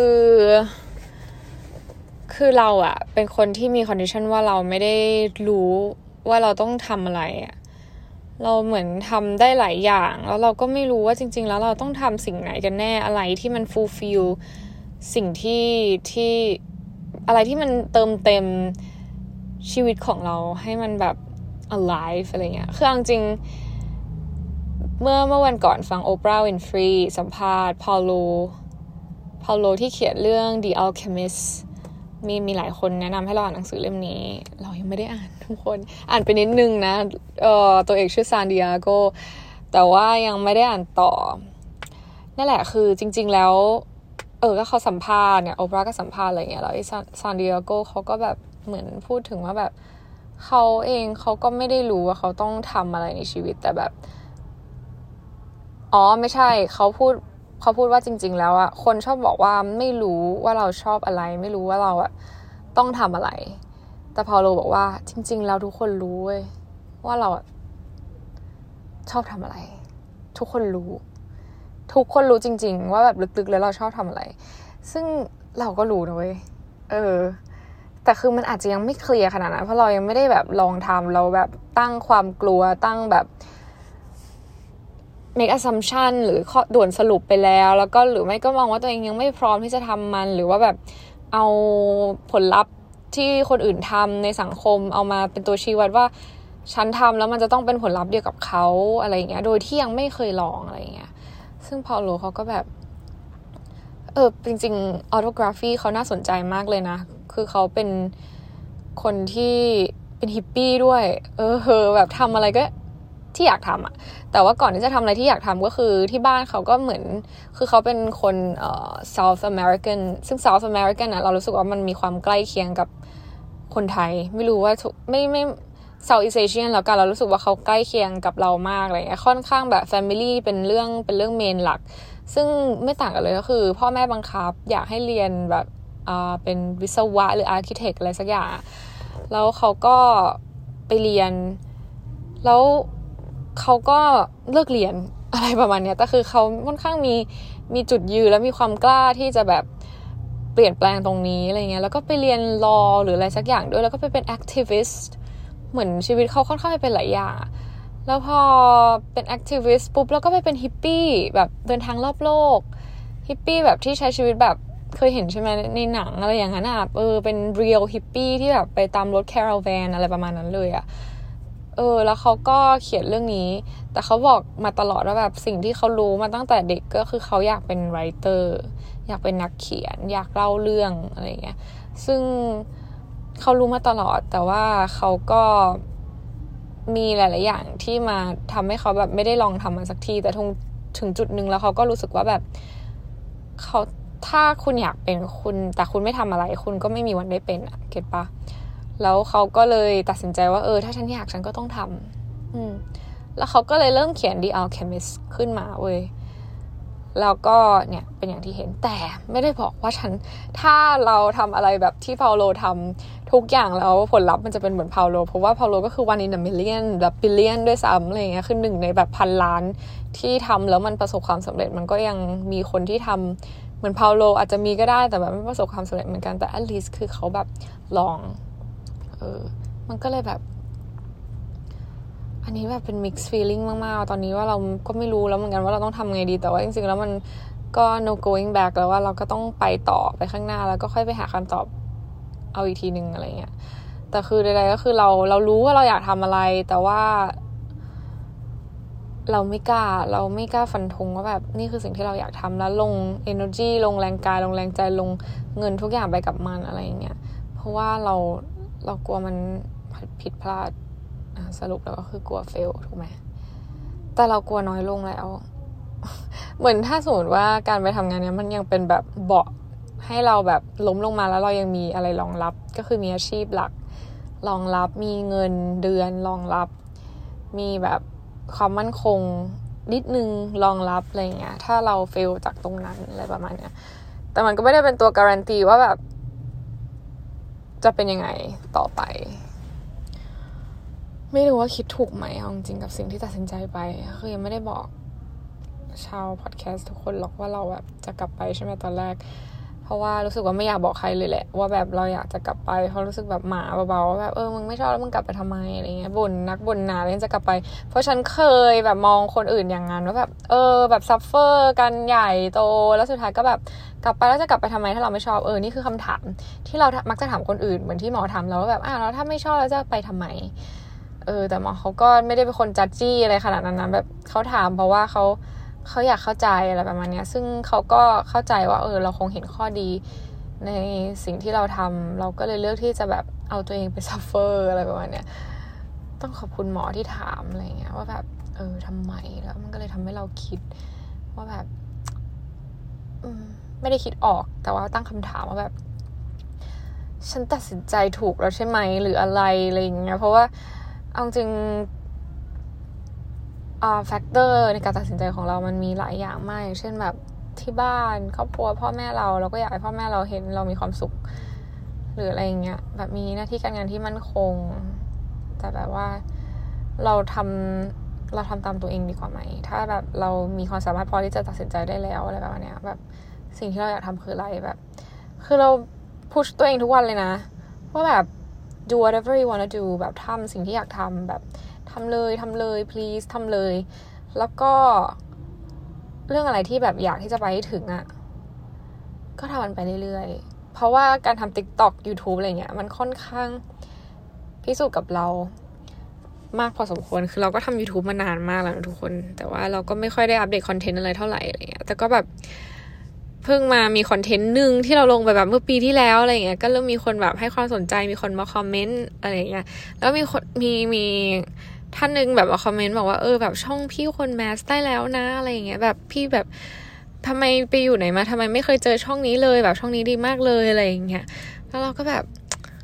คือเราอะเป็นคนที่มีคอนดิชันว่าเราไม่ได้รู้ว่าเราต้องทำอะไรอะเราเหมือนทำได้หลายอย่างแล้วเราก็ไม่รู้ว่าจริงๆแล้วเราต้องทำสิ่งไหนกันแน่อะไรที่มัน fulfill สิ่งที่อะไรที่มันเติมเต็มชีวิตของเราให้มันแบบ alive อะไรเงี้ยคือจริงเมื่อวันก่อนฟังโอปราห์ วินฟรีสัมภาษณ์พาโลที่เขียนเรื่อง The Alchemist มีหลายคนแนะนำให้เราอ่านหนังสือเล่มนี้เรายังไม่ได้อ่านทุกคนอ่านไปนิดนึงนะตัวเอกชื่อซานดิอาโกแต่ว่ายังไม่ได้อ่านต่อนั่นแหละคือจริงๆแล้วก็เขาสัมภาษณ์เนี่ยโอปราห์ก็สัมภาษณ์อะไรเงี้ยแล้วไอ้ซานดิอาโกเขาก็แบบเหมือนพูดถึงว่าแบบเขาเองเขาก็ไม่ได้รู้ว่าเขาต้องทำอะไรในชีวิตแต่แบบไม่ใช่เขาพูดว่าจริงๆแล้วอ่ะคนชอบบอกว่าไม่รู้ว่าเราชอบอะไรไม่รู้ว่าเราอ่ะต้องทำอะไรแต่พอโลบอกว่าจริงๆแล้วทุกคนรู้เว้ยว่าเราอ่ะชอบทำอะไรทุกคนรู้จริงๆว่าแบบลึกๆแล้วเราชอบทำอะไรซึ่งเราก็รู้นะเว้ยแต่คือมันอาจจะยังไม่เคลียร์ขนาดนั้นเพราะเรายังไม่ได้แบบลองทำเราแบบตั้งความกลัวตั้งแบบ make assumption หรือข้อด่วนสรุปไปแล้วก็หรือไม่ก็มองว่าตัวเองยังไม่พร้อมที่จะทำมันหรือว่าแบบเอาผลลัพธ์ที่คนอื่นทำในสังคมเอามาเป็นตัวชี้วัดว่าฉันทำแล้วมันจะต้องเป็นผลลัพธ์เดียวกับเขาอะไรอย่างเงี้ยโดยที่ยังไม่เคยลองอะไรอย่างเงี้ยซึ่งพอโลเขาก็แบบจริงๆ autography เขาน่าสนใจมากเลยนะคือเขาเป็นคนที่เป็นฮิปปี้ด้วยแบบทำอะไรก็ที่อยากทำอะแต่ว่าก่อนที่จะทำอะไรที่อยากทำก็คือที่บ้านเขาก็เหมือนคือเขาเป็นคนSouth American ซึ่ง South American นะเรารู้สึกว่ามันมีความใกล้เคียงกับคนไทยไม่รู้ว่าไม่ Southeast Asian แล้วกันเรารู้สึกว่าเขาใกล้เคียงกับเรามากอะไรเงี้ยค่อนข้างแบบ family เป็นเรื่องเมนหลักซึ่งไม่ต่างกันเลยก็คือพ่อแม่บังคับอยากให้เรียนแบบเป็นวิศวะหรือ architect อะไรสักอย่างแล้วเขาก็ไปเรียนแล้วเขาก็เลิกเรียนอะไรประมาณนี้แต่คือเขาค่อนข้างมีจุดยืนและมีความกล้าที่จะแบบเปลี่ยนแปลงตรงนี้อะไรเงี้ยแล้วก็ไปเรียน law หรืออะไรสักอย่างด้วยแล้วก็ไปเป็น activist เหมือนชีวิตเขาค่อนข้างไปเป็นหลายอย่างแล้วพอเป็น activist ปุ๊บแล้วก็ไปเป็นฮิปปี้แบบเดินทางรอบโลกฮิปปี้แบบที่ใช้ชีวิตแบบเคยเห็นใช่ไหมในหนังอะไรอย่างนั้นเป็น real ฮิปปี้ที่แบบไปตามรถ caravan อะไรประมาณนั้นเลยแล้วเขาก็เขียนเรื่องนี้แต่เขาบอกมาตลอดว่าแบบสิ่งที่เขารู้มาตั้งแต่เด็กก็คือเขาอยากเป็นไรเตอร์อยากเป็นนักเขียนอยากเล่าเรื่องอะไรเงี้ยซึ่งเขารู้มาตลอดแต่ว่าเขาก็มีหลายๆอย่างที่มาทำให้เขาแบบไม่ได้ลองทำมันสักทีแต่ถึงจุดนึงแล้วเขาก็รู้สึกว่าแบบเขาถ้าคุณอยากเป็นคุณแต่คุณไม่ทำอะไรคุณก็ไม่มีวันได้เป็นเก็ทปะแล้วเขาก็เลยตัดสินใจว่าถ้าฉันอยากฉันก็ต้องทำแล้วเขาก็เลยเริ่มเขียน The Alchemist ขึ้นมาเว้ยแล้วก็เนี่ยเป็นอย่างที่เห็นแต่ไม่ได้บอกว่าถ้าเราทำอะไรแบบที่พาโลทำทุกอย่างแล้วผลลัพธ์มันจะเป็นเหมือนพาโลเพราะว่าพาโลก็คือ one in a million แบบ billion ด้วยซ้ำอะไรเงี้ยคือ1ในแบบพันล้านที่ทำแล้วมันประสบความสำเร็จมันก็ยังมีคนที่ทำมือนพาโลอาจจะมีก็ได้แต่แบบไม่ประสบความสำเร็จเหมือนกันแต่อลิสคือเขาแบบลองมันก็เลยแบบอันนี้แบบเป็น mixed feeling มากๆตอนนี้ว่าเราก็ไม่รู้แล้วเหมือนกันว่าเราต้องทำไงดีแต่ว่าจริงๆแล้วมันก็ no going back แล้วว่าเราก็ต้องไปต่อไปข้างหน้าแล้วก็ค่อยไปหาคำตอบเอาอีกทีนึงอะไรเงี้ยแต่คือใดๆก็คือเรารู้ว่าเราอยากทำอะไรแต่ว่าเราไม่กล้าฟันธงว่าแบบนี่คือสิ่งที่เราอยากทำแล้วลง energy ลงแรงกายลงแรงใจลงเงินทุกอย่างไปกับมันอะไรอย่างเงี้ยเพราะว่าเรากลัวมันผิดพลาดสรุปแล้วก็คือกลัว fail ถูกไหมแต่เรากลัวน้อยลงแล้ว เหมือนถ้าสมมติว่าการไปทำงานเนี้ยมันยังเป็นแบบเบาะให้เราแบบล้มลงมาแล้วเรายังมีอะไรรองรับก็คือมีอาชีพหลักรองรับมีเงินเดือนรองรับมีแบบความมั่นคงนิดนึงรองรับอะไรเงี้ยถ้าเราเฟลจากตรงนั้นอะไรประมาณเนี้ยแต่มันก็ไม่ได้เป็นตัวการันตีว่าแบบจะเป็นยังไงต่อไปไม่รู้ว่าคิดถูกไหมเอาจริงกับสิ่งที่ตัดสินใจไปคือยังไม่ได้บอกชาวพอดแคสต์ทุกคนหรอกว่าเราแบบจะกลับไปใช่ไหมตอนแรกเพราะว่ารู้สึกว่าไม่อยากบอกใครเลยแหละว่าแบบเราอยากจะกลับไปเพราะรู้สึกแบบหมาเบาๆว่าแบบมึงไม่ชอบแล้วมึงกลับไปทำไมอะไรเงี้ยบ่นนักบ่นหนาเลยจะกลับไปเพราะฉันเคยแบบมองคนอื่นอย่างนั้นว่าแบบแบบซัฟเฟอร์กันใหญ่โตแล้วสุดท้ายก็แบบกลับไปแล้วจะกลับไปทำไมถ้าเราไม่ชอบนี่คือคำถามที่เรามักจะถามคนอื่นเหมือนที่หมอถามเราว่าแบบแล้วถ้าไม่ชอบแล้วจะไปทำไมแต่หมอเขาก็ไม่ได้เป็นคนจัดจี้อะไรขนาดนั้นนะแบบเขาถามเพราะว่าเขาอยากเข้าใจอะไรประมาณนี้ซึ่งเขาก็เข้าใจว่าเราคงเห็นข้อดีในสิ่งที่เราทำเราก็เลยเลือกที่จะแบบเอาตัวเองไปซัฟเฟอร์อะไรประมาณนี้ต้องขอบคุณหมอที่ถามอะไรเงี้ยว่าแบบทำไมแล้วมันก็เลยทำให้เราคิดว่าแบบไม่ได้คิดออกแต่ว่าตั้งคำถามว่าแบบฉันตัดสินใจถูกแล้วใช่ไหมหรืออะไรอย่างเงี้ยเพราะว่าเอาจริงแฟกเตอร์ในการตัดสินใจของเรามันมีหลายอย่างมากอย่างเช่นแบบที่บ้านครอบครัวพ่อแม่เราก็อยากให้พ่อแม่เราเห็นเรามีความสุขหรืออะไรอย่างเงี้ยแบบมีหน้าที่การงานที่มั่นคงแต่แบบว่าเราทำตามตัวเองดีกว่าไหมถ้าแบบเรามีความสามารถพอที่จะตัดสินใจได้แล้วอะไรแบบเนี้ยแบบสิ่งที่เราอยากทำคืออะไรแบบคือเราพุชตัวเองทุกวันเลยนะว่าแบบ do whatever you wanna do แบบทำสิ่งที่อยากทำแบบทำเลย please ทำเลยแล้วก็เรื่องอะไรที่แบบอยากที่จะไปให้ถึงก็ทำมันไปเรื่อยๆเพราะว่าการทำ TikTok YouTube อะไรเงี้ยมันค่อนข้างพิสูจน์กับเรามากพอสมควรคือเราก็ทำ YouTube มานานมากแล้วนะทุกคนแต่ว่าเราก็ไม่ค่อยได้อัปเดตคอนเทนต์อะไรเท่าไหร่อะไรเงี้ยแต่ก็แบบเพิ่งมามีคอนเทนต์นึงที่เราลงไปแบบเมื่อปีที่แล้วอะไรเงี้ยก็เริ่มมีคนแบบให้ความสนใจมีคนมาคอมเมนต์อะไรเงี้ยแล้วมีคนมีท่านนึงแบบมาคอมเมนต์บอกว่าแบบช่องพี่คนแมสได้แล้วนะอะไรอย่างเงี้ยแบบพี่แบบทำไมไปอยู่ไหนมาทำไมไม่เคยเจอช่องนี้เลยแบบช่องนี้ดีมากเลยอะไรอย่างเงี้ยแล้วเราก็แบบ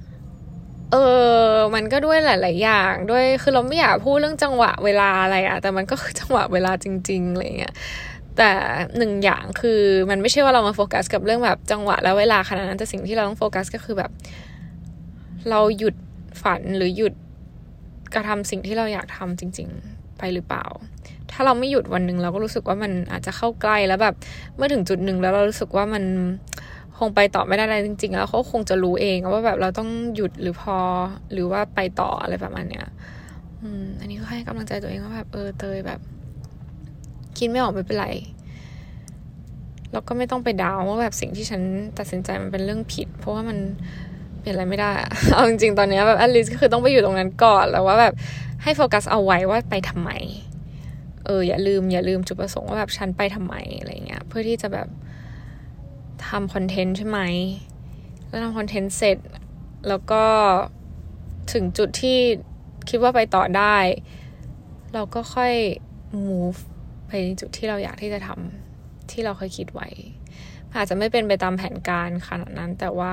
มันก็ด้วยหลายๆอย่างด้วยคือเราไม่อยากพูดเรื่องจังหวะเวลาอะไรแต่มันก็คือจังหวะเวลาจริงๆอะไรเงี้ยแต่หนึ่งอย่างคือมันไม่ใช่ว่าเรามาโฟกัสกับเรื่องแบบจังหวะและเวลาขนาดนั้นแต่สิ่งที่เราต้องโฟกัสก็คือแบบเราหยุดฝันหรือหยุดกระทำสิ่งที่เราอยากทำจริงๆไปหรือเปล่าถ้าเราไม่หยุดวันนึงเราก็รู้สึกว่ามันอาจจะเข้าใกล้แล้วแบบเมื่อถึงจุดนึงแล้วเรารู้สึกว่ามันคงไปต่อไม่ได้แล้วจริงๆแล้วเขาคงจะรู้เองว่าแบบเราต้องหยุดหรือพอหรือว่าไปต่ออะไรประมาณเนี้ยอันนี้ก็ให้กำลังใจตัวเองว่าแบบเตยแบบคิดไม่ออกไม่เป็นไรแล้วก็ไม่ต้องไปดาวว่าแบบสิ่งที่ฉันตัดสินใจมันเป็นเรื่องผิดเพราะว่ามันเปลี่ยนอะไรไม่ได้เอาจริงๆตอนนี้แบบat leastก็คือต้องไปอยู่ตรงนั้นก่อนแล้วว่าแบบให้โฟกัสเอาไว้ว่าไปทำไมอย่าลืมจุดประสงค์ว่าแบบฉันไปทำไมอะไรเงี้ยเพื่อที่จะแบบทำคอนเทนต์ใช่ไหมแล้วทำคอนเทนต์เสร็จแล้วก็ถึงจุดที่คิดว่าไปต่อได้เราก็ค่อย move ไปในจุดที่เราอยากที่จะทำที่เราเคยคิดไว้อาจจะไม่เป็นไปตามแผนการขนาดนั้นแต่ว่า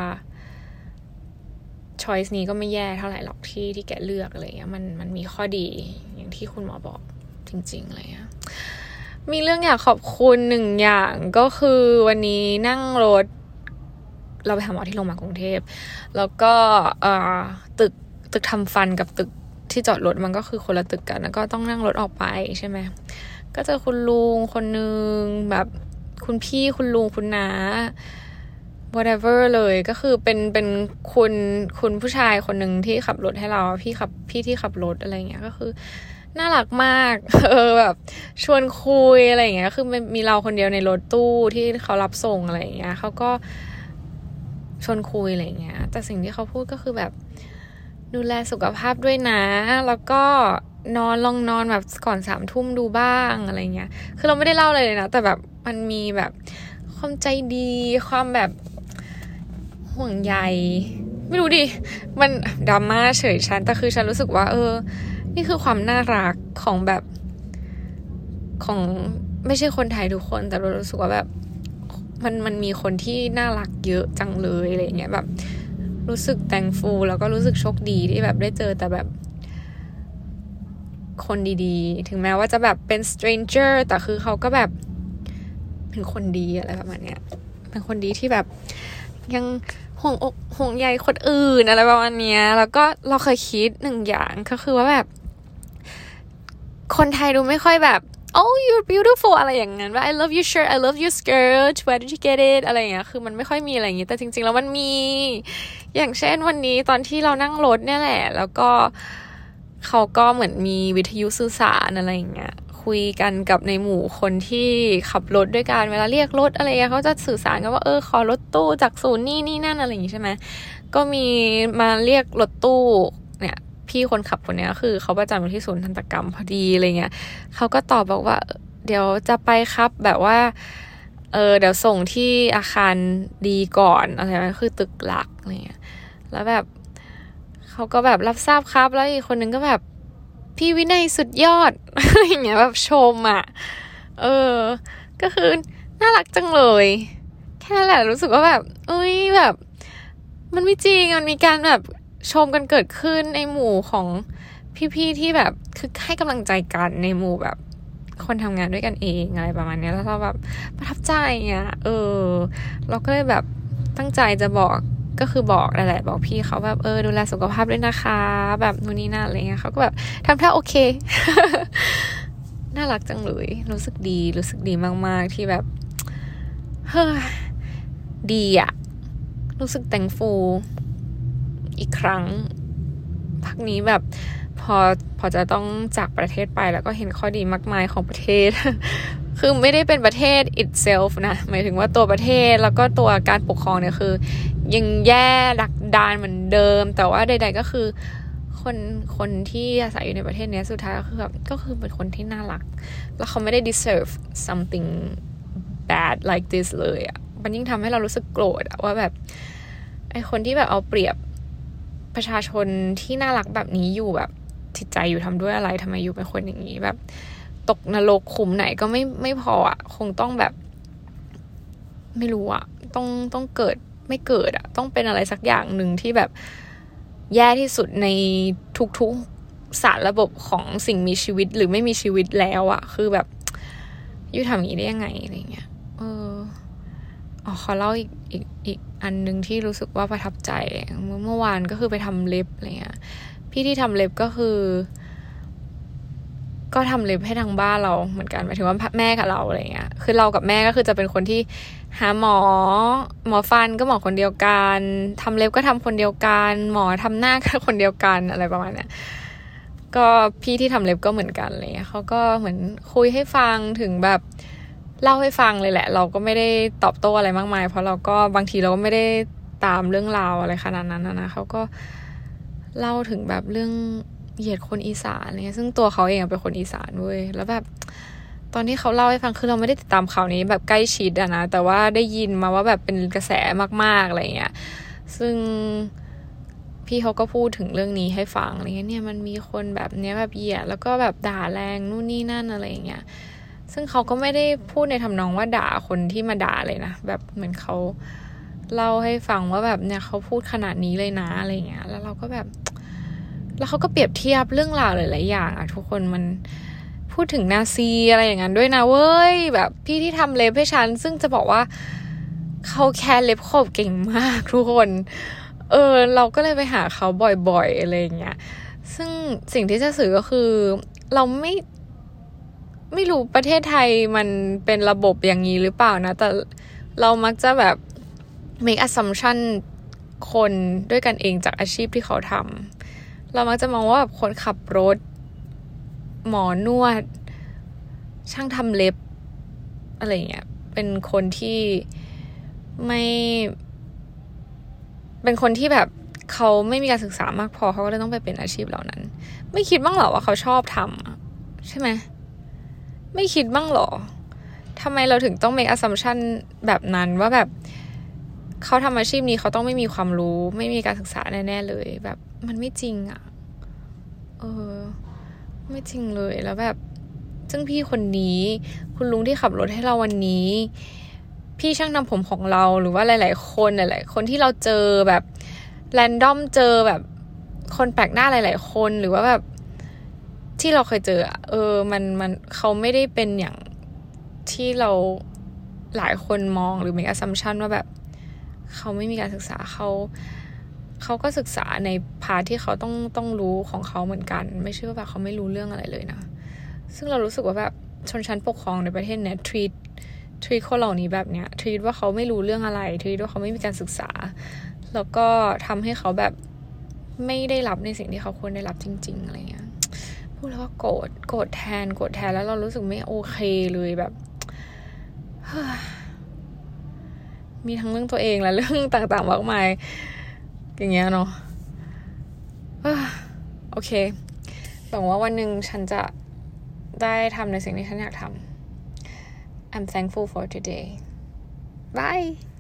choice นี้ก็ไม่แย่เท่าไหร่หรอกที่แกเลือกอะไรเงี้ยมันมีข้อดีอย่างที่คุณหมอบอกจริงๆอะไรเงี้ยมีเรื่องอยากขอบคุณหนึ่งอย่างก็คือวันนี้นั่งรถเราไปหาหมอที่โรงพยาบาลกรุงเทพแล้วก็ตึกทำฟันกับตึกที่จอดรถมันก็คือคนละตึกกันแล้วก็ต้องนั่งรถออกไปใช่ไหมก็เจอคุณลุงคนนึงแบบคุณพี่คุณลุงคุณน้า whatever เลยก็คือเป็นคุณผู้ชายคนหนึ่งที่ขับรถให้เราพี่ที่ขับรถอะไรเงี้ยก็คือน่ารักมากแบบชวนคุยอะไรเงี้ยคือมีเราคนเดียวในรถตู้ที่เขารับส่งอะไรเงี้ยเขาก็ชวนคุยอะไรเงี้ยแต่สิ่งที่เขาพูดก็คือแบบดูแลสุขภาพด้วยนะแล้วก็ลองนอนแบบก่อน3 ทุ่มดูบ้างอะไรเงี้ยคือเราไม่ได้เล่าอะไรเลยนะแต่แบบมันมีแบบความใจดีความแบบห่วงใยไม่รู้ดิมันดราม่าเฉยฉันแต่คือฉันรู้สึกว่านี่คือความน่ารักของแบบของไม่ใช่คนไทยทุกคนแต่เรารู้สึกว่าแบบมันมีคนที่น่ารักเยอะจังเลยอะไรเงี้ยแบบรู้สึก thankful แล้วก็รู้สึกโชคดีที่แบบได้เจอแต่แบบคนดีๆถึงแม้ว่าจะแบบเป็น stranger แต่คือเขาก็แบบเป็นคนดีอะไรประมาณเนี้ยเป็นคนดีที่แบบยังห่วงใยคนอื่นอะไรประมาณเนี้ยแล้วก็เราเคยคิด1 อย่างก็คือว่าแบบคนไทยดูไม่ค่อยแบบ oh you're beautiful อะไรอย่างนั้นว่า I love your shirt I love your skirt where did you get it อะไรอย่างเงี้ยคือมันไม่ค่อยมีอะไรอย่างงี้แต่จริงๆแล้วมันมีอย่างเช่นวันนี้ตอนที่เรานั่งรถเนี่ยแหละแล้วก็เขาก็เหมือนมีวิทยุสื่อสารอะไรอย่างเงี้ยคุยกันกับในหมู่คนที่ขับรถด้วยกันเวลาเรียกรถอะไรเขาจะสื่อสารกันว่าขอรถตู้จากศูนย์นี่นั่นอะไรอย่างงี้ใช่ไหมก็มีมาเรียกรถตู้เนี่ยพี่คนขับคนนี้คือเขาประจำอยู่ที่ศูนย์ทันตกรรมพอดีอะไรเงี้ยเขาก็ตอบบอกว่าเดี๋ยวจะไปครับแบบว่าเดี๋ยวส่งที่อาคารดีก่อนอะไรแบบคือตึกหลักอะไรเงี้ยแล้วแบบเขาก็แบบรับทราบครับแล้วอีกคนนึงก็แบบพี่วินัยสุดยอดอะไรอย่างเงี้ยแบบชมอ่ะก็คือน่ารักจังเลยแค่นั้นแหละรู้สึกว่าแบบแบบมันไม่จริงมันมีการแบบชมกันเกิดขึ้นในหมู่ของพี่ๆที่แบบคือให้กำลังใจกันในหมู่แบบคนทำงานด้วยกันเองอะไรประมาณนี้แล้วเราแบบประทับใจอ่ะเราก็เลยแบบตั้งใจจะบอกก็คือบอกแหละบอกพี่เขาแบบดูแลสุขภาพด้วยนะคะแบบนู่นนี่นั่นอะไรเงี้ยเขาก็แบบทำท่าโอเค น่ารักจังเลยรู้สึกดีมากๆที่แบบเฮ้ยดีอ่ะรู้สึก thankful อีกครั้งพักนี้แบบพอจะต้องจากประเทศไปแล้วก็เห็นข้อดีมากมายของประเทศ คือไม่ได้เป็นประเทศ itself นะหมายถึงว่าตัวประเทศแล้วก็ตัวการปกครองเนี่ยคือยังแย่ดักดานเหมือนเดิมแต่ว่าใดๆก็คือคนที่อาศัยอยู่ในประเทศนี้สุดท้ายก็คือแบบก็คือเป็นคนที่น่ารักแล้วเขาไม่ได้ deserve something bad like this เลยอ่ะมันยิ่งทำให้เรารู้สึกโกรธว่าแบบไอคนที่แบบเอาเปรียบประชาชนที่น่ารักแบบนี้อยู่แบบจิตใจอยู่ทำด้วยอะไรทำไมอยู่เป็นคนอย่างนี้แบบตกนรกขุมไหนก็ไม่พออ่ะคงต้องแบบไม่รู้อ่ะต้องเกิดไม่เกิดอ่ะต้องเป็นอะไรสักอย่างหนึ่งที่แบบแย่ที่สุดในทุกๆสารระบบของสิ่งมีชีวิตหรือไม่มีชีวิตแล้วอ่ะคือแบบอยู่ทำอย่างนี้ได้ยังไงอะไรเงี้ยขอเล่าอีกอันนึงที่รู้สึกว่าประทับใจเมื่อวานก็คือไปทำเล็บอะไรเงี้ยพี่ที่ทำเล็บก็คือก็ทำเล็บให้ทางบ้านเราเหมือนกันหมายถึงว่าแม่กับเราอะไรเงี้ยคือเรากับแม่ก็คือจะเป็นคนที่หาหมอฟันก็หมอคนเดียวกันทำเล็บก็ทำคนเดียวกันหมอทำหน้าก็คนเดียวกันอะไรประมาณเนี้ยก็พี่ที่ทำเล็บก็เหมือนกันอะไรเงี้ยเขาก็เหมือนคุยให้ฟังถึงแบบเล่าให้ฟังเลยแหละเราก็ไม่ได้ตอบโต้อะไรมากมายเพราะเราก็บางทีเราก็ไม่ได้ตามเรื่องราวอะไรขนาดนั้นนะเขาก็เล่าถึงแบบเรื่องเหยียดคนอีสานอะไรเงี้ยซึ่งตัวเขาเองเป็นคนอีสานเว้ยแล้วแบบตอนที่เขาเล่าให้ฟังคือเราไม่ได้ติดตามข่าวนี้แบบใกล้ชิดอะนะแต่ว่าได้ยินมาว่าแบบเป็นกระแสมากๆอะไรเงี้ยซึ่งพี่เขาก็พูดถึงเรื่องนี้ให้ฟังอะไรเงี้ยเนี่ยมันมีคนแบบเนี้ยแบบเหยียดแล้วก็แบบด่าแรงนู่นนี่นั่นอะไรเงี้ยซึ่งเขาก็ไม่ได้พูดในทำนองว่าด่าคนที่มาด่าเลยนะแบบเหมือนเขาเล่าให้ฟังว่าแบบเนี่ยเขาพูดขนาดนี้เลยนะอะไรเงี้ยแล้วเราก็แบบแล้วเขาก็เปรียบเทียบเรื่องราวหลายๆอย่างอ่ะทุกคนมันพูดถึงนาซีอะไรอย่างนั้นด้วยนะเว้ยแบบพี่ที่ทำเล็บให้ฉันซึ่งจะบอกว่าเขาแค่เล็บขบเก่งมากทุกคนเราก็เลยไปหาเขาบ่อยๆอะไรอย่างเงี้ยซึ่งสิ่งที่จะสื่อก็คือเราไม่รู้ประเทศไทยมันเป็นระบบอย่างนี้หรือเปล่านะแต่เรามักจะแบบ make assumption คนด้วยกันเองจากอาชีพที่เขาทำเรามักจะมองว่าแบบคนขับรถหมอนวดช่างทำเล็บอะไรเงี้ยเป็นคนที่ไม่เป็นคนที่แบบเขาไม่มีการศึกษามากพอเขาก็เลยต้องไปเป็นอาชีพเหล่านั้นไม่คิดบ้างหรอว่าเขาชอบทำใช่ไหมไม่คิดบ้างหรอทำไมเราถึงต้อง make assumption แบบนั้นว่าแบบเขาทำอาชีพนี้เขาต้องไม่มีความรู้ไม่มีการศึกษาแน่ๆเลยแบบมันไม่จริงอ่ะไม่จริงเลยแล้วแบบซึ่งพี่คนนี้คุณลุงที่ขับรถให้เราวันนี้พี่ช่างทำผมของเราหรือว่าหลายๆคนที่เราเจอแบบแรนดอมเจอแบบคนแปลกหน้าหลายๆคนหรือว่าแบบที่เราเคยเจอมันเขาไม่ได้เป็นอย่างที่เราหลายคนมองหรือ make assumption ว่าแบบเขาไม่มีการศึกษาเขาก็ศึกษาในพาร์ทที่เขาต้องรู้ของเขาเหมือนกันไม่ใช่ว่าแบบเขาไม่รู้เรื่องอะไรเลยนะซึ่งเรารู้สึกว่าแบบชนชั้นปกครองในประเทศเนี่ย treat คนเหล่านี้แบบเนี้ย treat ว่าเขาไม่รู้เรื่องอะไร treat ว่าเขาไม่มีการศึกษาแล้วก็ทำให้เขาแบบไม่ได้รับในสิ่งที่เขาควรได้รับจริงๆอะไรเงี้ยพูดแล้วก็โกรธแทนแล้วเรารู้สึกไม่โอเคเลยแบบมีทั้งเรื่องตัวเองและเรื่องต่างๆมากมายอย่างเงี้ยเนาะโอเคหวังว่าวันหนึ่งฉันจะได้ทำในสิ่งที่ฉันอยากทำ I'm thankful for today. Bye